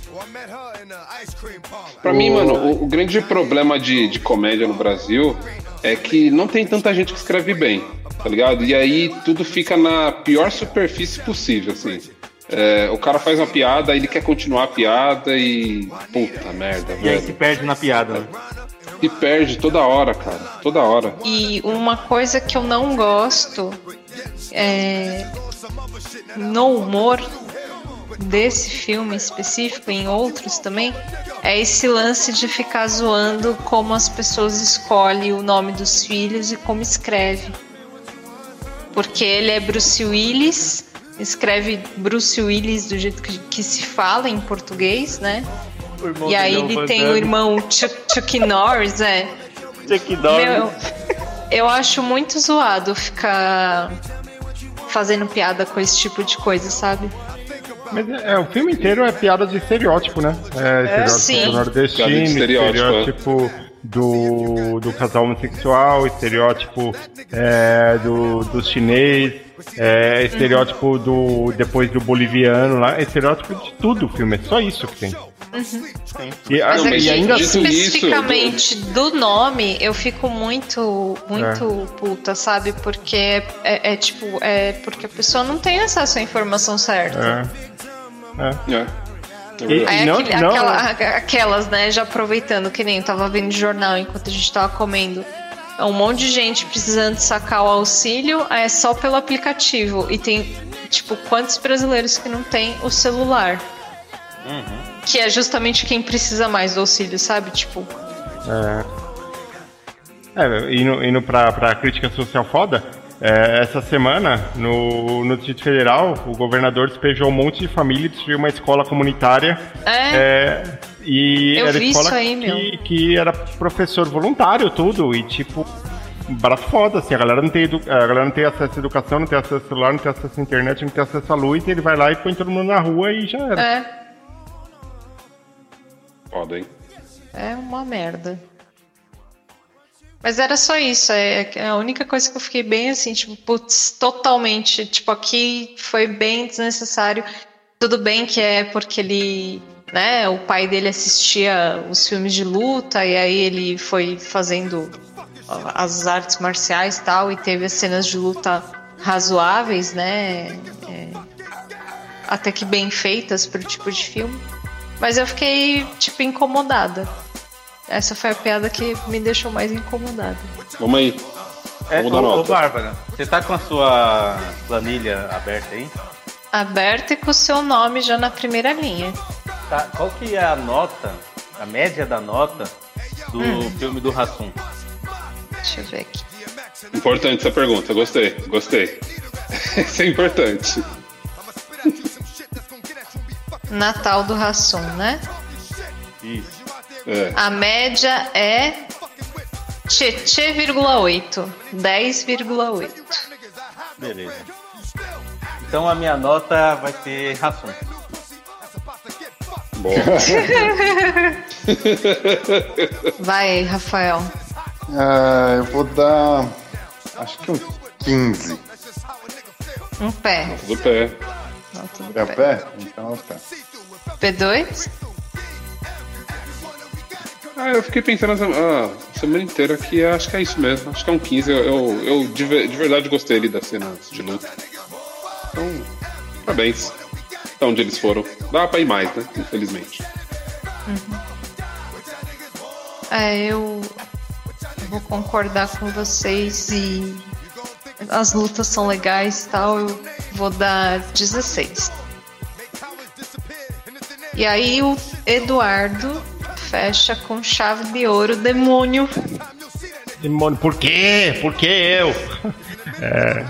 A: Pra mim, mano, o, o grande problema de, de comédia no Brasil é que não tem tanta gente que escreve bem, tá ligado? E aí tudo fica na pior superfície possível, assim. É, o cara faz uma piada, ele quer continuar a piada e. Puta merda,
C: E aí se
A: velho.
C: perde na piada, né?
A: E perde toda hora, cara. Toda hora.
F: E uma coisa que eu não gosto é, no humor desse filme específico e em outros também, é esse lance de ficar zoando como as pessoas escolhem o nome dos filhos e como escreve. Porque ele é Bruce Willis, escreve Bruce Willis do jeito que, que se fala em português, né? E aí ele tem o irmão Chuck, Chuck Norris, é.
C: Chuck Norris.
F: Meu, eu acho muito zoado ficar fazendo piada com esse tipo de coisa, sabe?
D: Mas é, é, o filme inteiro é piada de estereótipo, né? É, estereótipo
F: sim.
D: do nordestino,
A: Piada de estereótipo,
D: estereótipo do, do casal homossexual, estereótipo é, do, do chinês, é, estereótipo do depois do boliviano lá, é estereótipo de tudo o filme, é só isso que tem. E,
F: Mas
D: ah,
F: aqui,
D: e ainda
A: dito isso,
F: especificamente do nome, eu fico muito, muito puta, sabe? Porque é, é- é tipo, é porque a pessoa não tem acesso à informação certa.
D: é,
A: É.
D: E-
F: Aí
D: não-
F: aquele-
D: não-
F: aquela- a- aquelas, né, já aproveitando, que nem eu tava vendo jornal enquanto a gente tava comendo. É um monte de gente precisando sacar o auxílio, é só pelo aplicativo. E tem, tipo, quantos brasileiros que não tem o celular? Que é justamente quem precisa mais do auxílio, sabe? Tipo,
D: É, é, indo, indo pra, pra crítica social foda, é, essa semana, no, no Distrito Federal, o governador despejou um monte de família e destruiu uma escola comunitária.
F: É.
D: é, e
F: Eu
D: era
F: vi
D: escola
F: isso aí,
D: que,
F: meu.
D: que era professor voluntário, tudo, e tipo, barato foda, assim, a galera, não tem edu- a galera não tem acesso à educação, não tem acesso ao celular, não tem acesso à internet, não tem acesso à luz, e ele vai lá e põe todo mundo na rua e já era.
F: é.
A: Foda, hein?
F: É uma merda. Mas era só isso. É é a única coisa que eu fiquei bem assim, tipo, putz, totalmente. Tipo, aqui foi bem desnecessário. Tudo bem que é porque ele, né, o pai dele assistia os filmes de luta e aí ele foi fazendo as artes marciais e tal, e teve as cenas de luta razoáveis, né? É, até que bem feitas pro tipo de filme. Mas eu fiquei, tipo, incomodada. Essa foi a piada que me deixou mais incomodada.
A: Vamos aí.
C: É,
A: Vamos dar
C: ô, ô,
A: nota.
C: Bárbara, você tá com a sua planilha aberta aí?
F: Aberta e com o seu nome já na primeira linha.
C: Tá, qual que é a nota, a média da nota do
F: Hum.
C: filme do Hassum?
F: Deixa eu ver aqui.
A: Importante essa pergunta, gostei, gostei. Isso é importante.
F: Natal do Hassum, né?
C: Isso.
A: É.
F: A média é Tchê vírgula oito. dez vírgula oito.
C: Beleza. Então a minha nota vai ser Hassum.
A: Bom.
B: Vai, Rafael.
E: Ah, eu vou dar. Acho que um quinze.
B: Um pé.
A: Do pé.
B: Nota do
E: É o
B: pé.
E: pé? Então é o pé.
B: P dois?
A: Ah, eu fiquei pensando essa, ah, semana inteira aqui, acho que é isso mesmo. Acho que é um quinze. Eu, eu, eu de, de verdade gostei ali das cenas de luta. Então, parabéns. Então, onde eles foram. Dá pra ir mais, né? Infelizmente.
F: Uhum. É, eu vou concordar com vocês e as lutas são legais e tal. Eu vou dar dezesseis. E aí o Eduardo fecha com chave de ouro, demônio.
D: Demônio, por quê? Por que eu? É...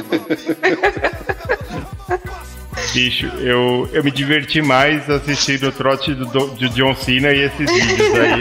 D: Bicho, eu, eu me diverti mais assistindo o trote do, do John Cena e esses vídeos aí.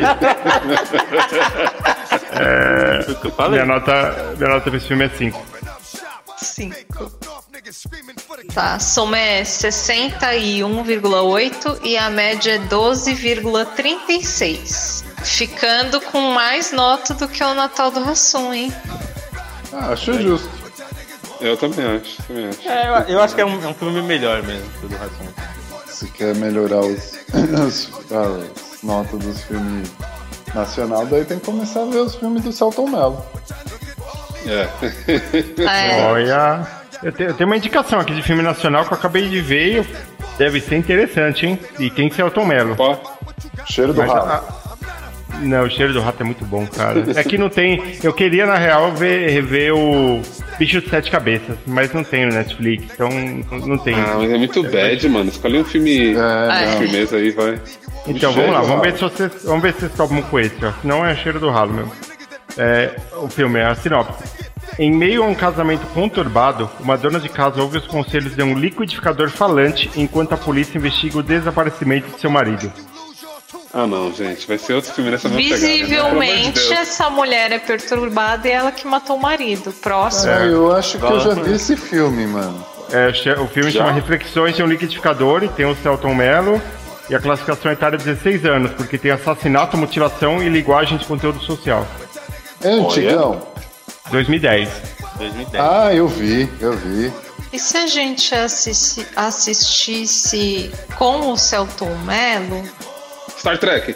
D: É, minha, nota, minha nota pra esse filme é cinco.
F: cinco. Tá, a soma é sessenta e um vírgula oito e a média é doze vírgula trinta e seis. Ficando com mais nota do que o Natal do Hassum, hein?
E: Ah, acho justo.
A: Eu também acho. Também acho.
C: É, eu, eu acho que é um, é um filme melhor mesmo que o do Hassum.
E: Se quer melhorar os, os, as notas dos filmes nacional, daí tem que começar a ver os filmes do Selton Mello.
A: É.
F: É.
D: Olha, eu tenho, eu tenho uma indicação aqui de filme nacional que eu acabei de ver e deve ser interessante, hein? E tem que ser Selton Mello.
A: Pô.
E: Cheiro do
D: Mas,
E: rato.
D: a, não, o Cheiro do Rato é muito bom, cara. É que não tem. Eu queria, na real, ver, rever o Bicho de Sete Cabeças, mas não tem no Netflix, então não tem.
A: Ah, mas é muito bad, mano. Escolhe um filme
E: É,
A: de firmeza aí, vai.
D: Então
A: Cheiro
D: vamos lá,
A: do
D: vamos ver,
A: Rato.
D: se vocês, vamos ver se vocês topam com esse, ó. Senão é Cheiro do Ralo mesmo. É, o filme é a sinopse. Em meio a um casamento conturbado, uma dona de casa ouve os conselhos de um liquidificador falante enquanto a polícia investiga o desaparecimento de seu marido.
A: Ah, não, gente. Vai ser outro filme nessa mesma pegada, né? Pelo amor de
F: Visivelmente,
A: Deus.
F: essa mulher é perturbada e ela que matou o marido. Próximo.
E: É, eu acho que eu já vi esse filme, mano.
D: É, o filme
A: Já?
D: chama Reflexões de um Liquidificador e tem o Selton Mello. E a classificação etária é dezesseis anos, porque tem assassinato, mutilação e linguagem de conteúdo social.
E: É antigão?
D: dois mil e dez.
C: dois mil e dez.
E: Ah, eu vi, eu vi.
F: E se a gente assisti- assistisse com o Selton Mello?
A: Star Trek.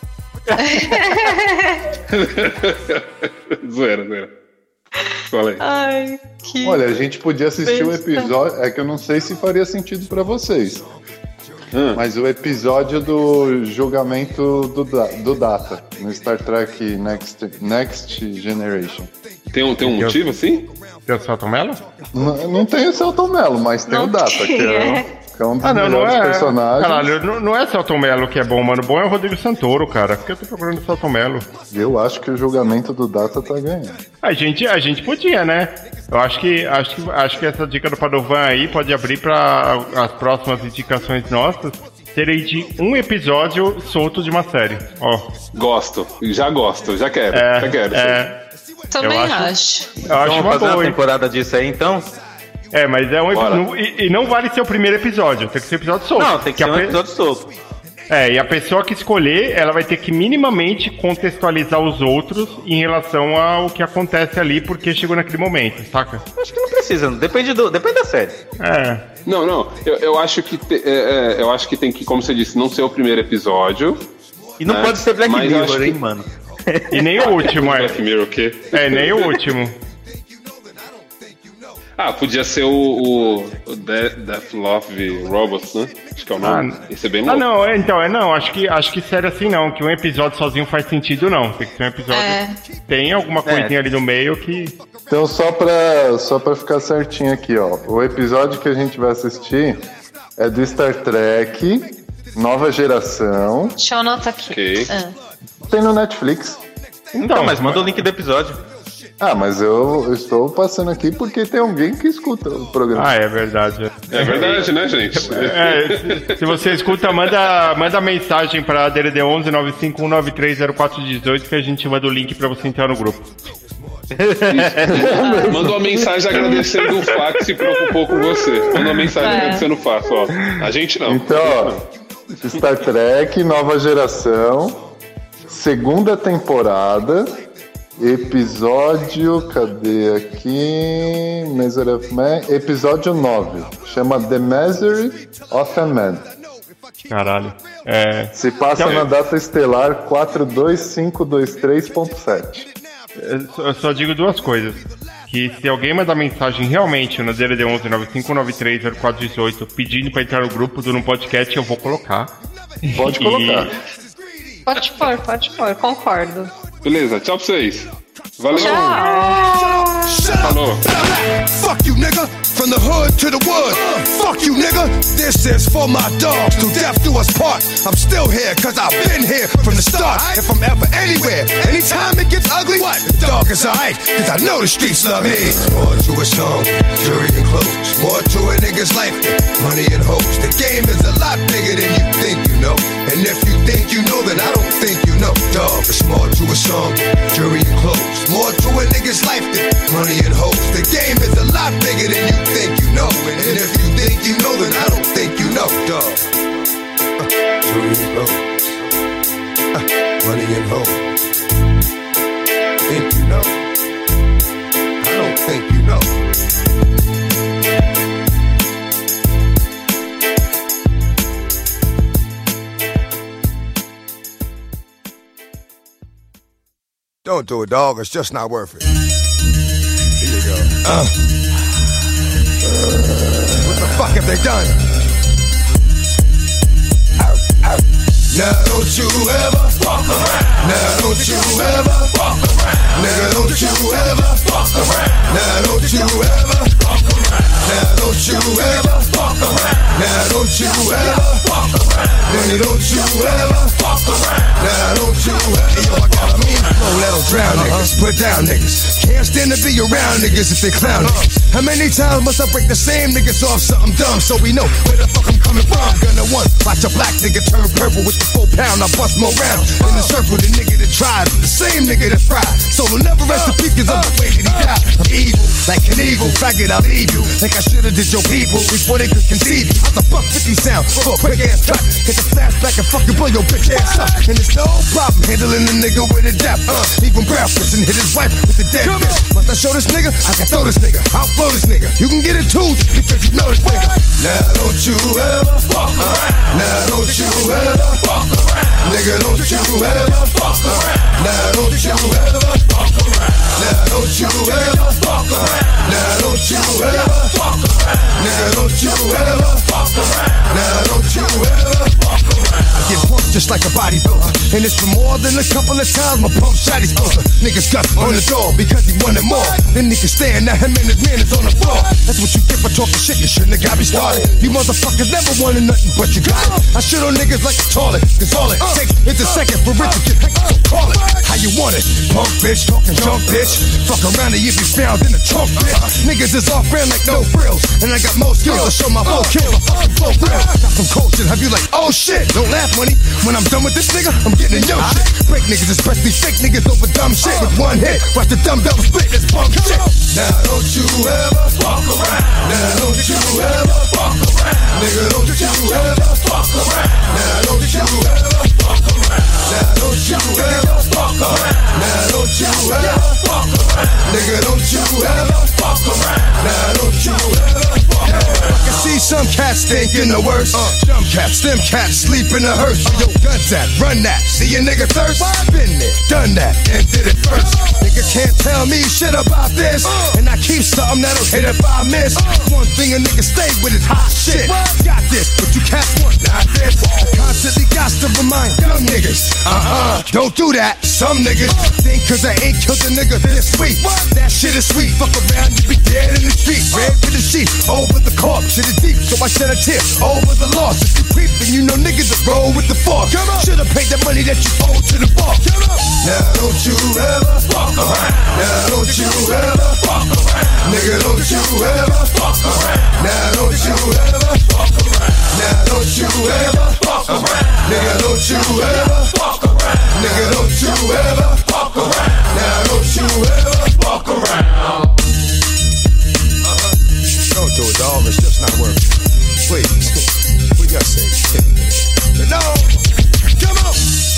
A: zoeira, zoeira. Falei.
F: Ai, que.
E: Olha, a gente podia assistir o
F: Besta.
E: episódio. É que eu não sei se faria sentido pra vocês.
A: Hum.
E: Mas o episódio do julgamento do, Da- do Data no Star Trek Next, Next Generation.
A: Tem um, tem um motivo, assim?
D: Tem o Selton Mello?
E: N- não tem o Selton Mello, mas tem
F: Não
E: o Data,
F: tem,
E: que é,
F: é.
E: que é um dos
D: Ah, não, não
E: melhores
D: é.
E: personagens.
D: Caralho, não, não é Selton Mello que é bom, mano. Bom é o Rodrigo Santoro, cara. Porque eu tô procurando o Selton Mello.
E: Eu acho que o julgamento do Data tá ganhando.
D: A gente, a gente podia, né? Eu acho que, acho que, acho que essa dica do Padovan aí pode abrir pra as próximas indicações nossas serem de um episódio solto de uma série. Ó,
A: Gosto. Já gosto. Já quero.
D: é,
A: já quero.
D: é,
F: Também
D: eu acho-
F: acho.
D: eu
C: Então
D: acho
C: vamos
D: uma
C: fazer
D: boa,
C: uma
D: hein?
C: temporada disso aí, então?
D: É, mas é um
A: Bora.
D: episódio. E, e não vale ser o primeiro episódio, tem que ser episódio solto.
C: Não, tem que ser
D: a
C: um
D: pe-
C: episódio solto.
D: É, e a pessoa que escolher, ela vai ter que minimamente contextualizar os outros em relação ao que acontece ali, porque chegou naquele momento, saca?
C: Acho que não precisa, depende, do, depende da série.
D: É.
A: Não, não. Eu, eu acho que te- é, é, eu acho que tem que, como você disse, não ser o primeiro episódio.
C: E não
A: É,
C: pode ser Black
A: mas eu acho
C: Mirror,
A: que-
C: hein, mano?
D: E nem o último, é.
A: Black Mirror, o quê?
D: É, nem o último.
A: Ah, podia ser o, o, o Death, Death Love Robots, né? Acho que é o nome.
D: Ah,
A: Esse é bem
D: Ah,
A: louco.
D: não, é, então, é não, acho que, acho que sério assim não, que um episódio sozinho faz sentido não, tem que ser um episódio,
F: É.
D: tem alguma coisinha ali no meio que,
E: Então, só pra, só pra ficar certinho aqui, ó. O episódio que a gente vai assistir é do Star Trek, Nova Geração.
F: Deixa eu anotar aqui.
A: Ok.
F: Ah.
E: Tem no Netflix.
C: Então, mas manda o link do episódio.
E: Ah, mas eu, eu estou passando aqui porque tem alguém que escuta o programa.
D: ah, é verdade.
A: É verdade, né, gente?
D: É, se, se você escuta, manda, manda mensagem pra D D D onze nove cinco um nove três zero quatro um oito que a gente manda o link pra você entrar no grupo.
A: Manda uma mensagem agradecendo o Fá que se preocupou com você. Manda uma mensagem
F: É.
A: agradecendo o Fá, ó. A gente não.
E: Então, ó, Star Trek, Nova Geração, segunda temporada, episódio, cadê aqui? Measure of Man, episódio nove, chama The Measure of a Man.
D: Caralho. É...
E: Se passa
D: Então,
E: na data estelar quatro dois cinco dois três ponto sete.
D: Eu só digo duas coisas. Que se alguém mandar mensagem realmente no D D D onze nove cinco nove três zero quatro um oito pedindo pra entrar no grupo do No Podcast, eu vou colocar.
E: Pode colocar.
F: Pode pôr, pode pôr, concordo.
A: Beleza, tchau pra vocês. Valeu.
F: Tchau.
A: Falou.
B: Fuck you, nigga. From the hood to the wood. Fuck you, nigga. This is for my dogs. Till death do us part. I'm still here, cause I've been here from the start. If I'm ever anywhere, anytime it gets ugly, what? The dog is alright, cause I know the streets love me. More to a song, jury and close. More to a nigga's life than money and hopes. The game is a lot bigger than you think you know. And if you think you know, then I don't think you know. Dog, it's more to a song, jury and close. More to a nigga's life than money and hopes. The game is a lot bigger than you think you know. And if you think you know, then I don't think you know. Dog, uh, jury and close. Uh, money and hopes. Think you know? I don't think you know. Don't do it, dog. It's just not worth it. Here you go. Uh. What the fuck have they done? Ow, ow. Now don't you ever walk around. Now don't you ever walk around. Nigga, don't you ever walk around. Now don't you ever walk around. Now don't you ever walk around. Now don't you ever walk around. Nigga, don't you ever walk around. Now don't you ever. Yo, I got a mean flow that'll drown niggas, put down niggas. Can't stand to be around niggas if they clown niggas. How many times must I break the same niggas off something dumb so we know where the fuck I'm coming from? Gonna one, watch a black nigga turn purple with the full pound. I bust more rounds in the circle. The nigga that tried, the same nigga that fried. So we'll never rest in peace cause of the way that he died. I'm evil, like an evil. Faggot, I'll leave you. Think I should've did your people before they could conceive you. How the fuck fifty sound for a quick ass cut? Hit the flashback and fucking blow your bitch ass up. And it's no problem handling a nigga with a depth. Uh, even breathless and hit his wife with the dead bitch. Must I show this nigga? I can throw this nigga. I'll blow this nigga. You can get it too because you know this nigga. Now don't you ever walk around. Now don't you ever walk around. Nigga, don't you ever walk around. Now don't you ever walk around. Now don't you ever walk around. Now don't you ever walk around. Nigga, don't you ever walk around. Now don't you ever walk around. I get pumped just like a bodybuilder, and it's for more than a couple of times my pump shot his closer. Niggas got on the door because he wanted more. Then he can stand, now him and his man is on the floor. That's what you get for talking shit, you shouldn't have got me started. You motherfuckers never wanted nothing but you got it. I shit on niggas like a toilet, cause all it takes is a second for rich to get heckled, so call it how you want it. Punk bitch, talking junk bitch. Fuck around and you be found in the trunk bitch. Niggas is off brand like no frills, and I got more skills to show my full kill. I fucking flow real. Got some culture, have you like, oh shit, don't laugh money. When I'm done with this nigga, I'm getting in your shit. Break niggas, especially fake niggas over dumb shit. With one hit, watch the dumb double split this punk shit. Now don't you ever walk around. Now don't you ever walk around. Nigga, don't you ever walk around. Now don't you ever walk around. Now don't you ever walk around. Now don't you ever walk around. Nigga, don't you ever walk around. Now don't you ever walk around. I can see some cats thinking the worst. Uh, dumb cats, them cats sleep in the hearse. Yo, guns that, run that. See a nigga thirst? Been there, done that, and did it first. Nigga can't tell me shit about this. And I keep something that'll hit if I miss. One thing a nigga stay with is hot shit. Got this, but you cats want not this. I constantly got to remind young niggas. Uh-uh, don't do that. Some niggas think cause I ain't killed a nigga this week. That shit is sweet. Fuck around, you be dead in the street. Red to the sheet, over the corpse, to the deep. So I shed a tear over the loss. If you creep, then you know niggas that roll with the force. Should've paid the money that you owe to the bar. Now don't you ever walk around. Now don't you ever walk around. Nigga, don't you ever walk around. Now don't you ever walk around. Now don't you ever walk around. Nigga, don't you ever walk around. Nigga, don't you ever walk around. Now don't you ever walk around. Uh-huh. Don't do it, dog. It's just not working. Please. We gotta say. No. Come on.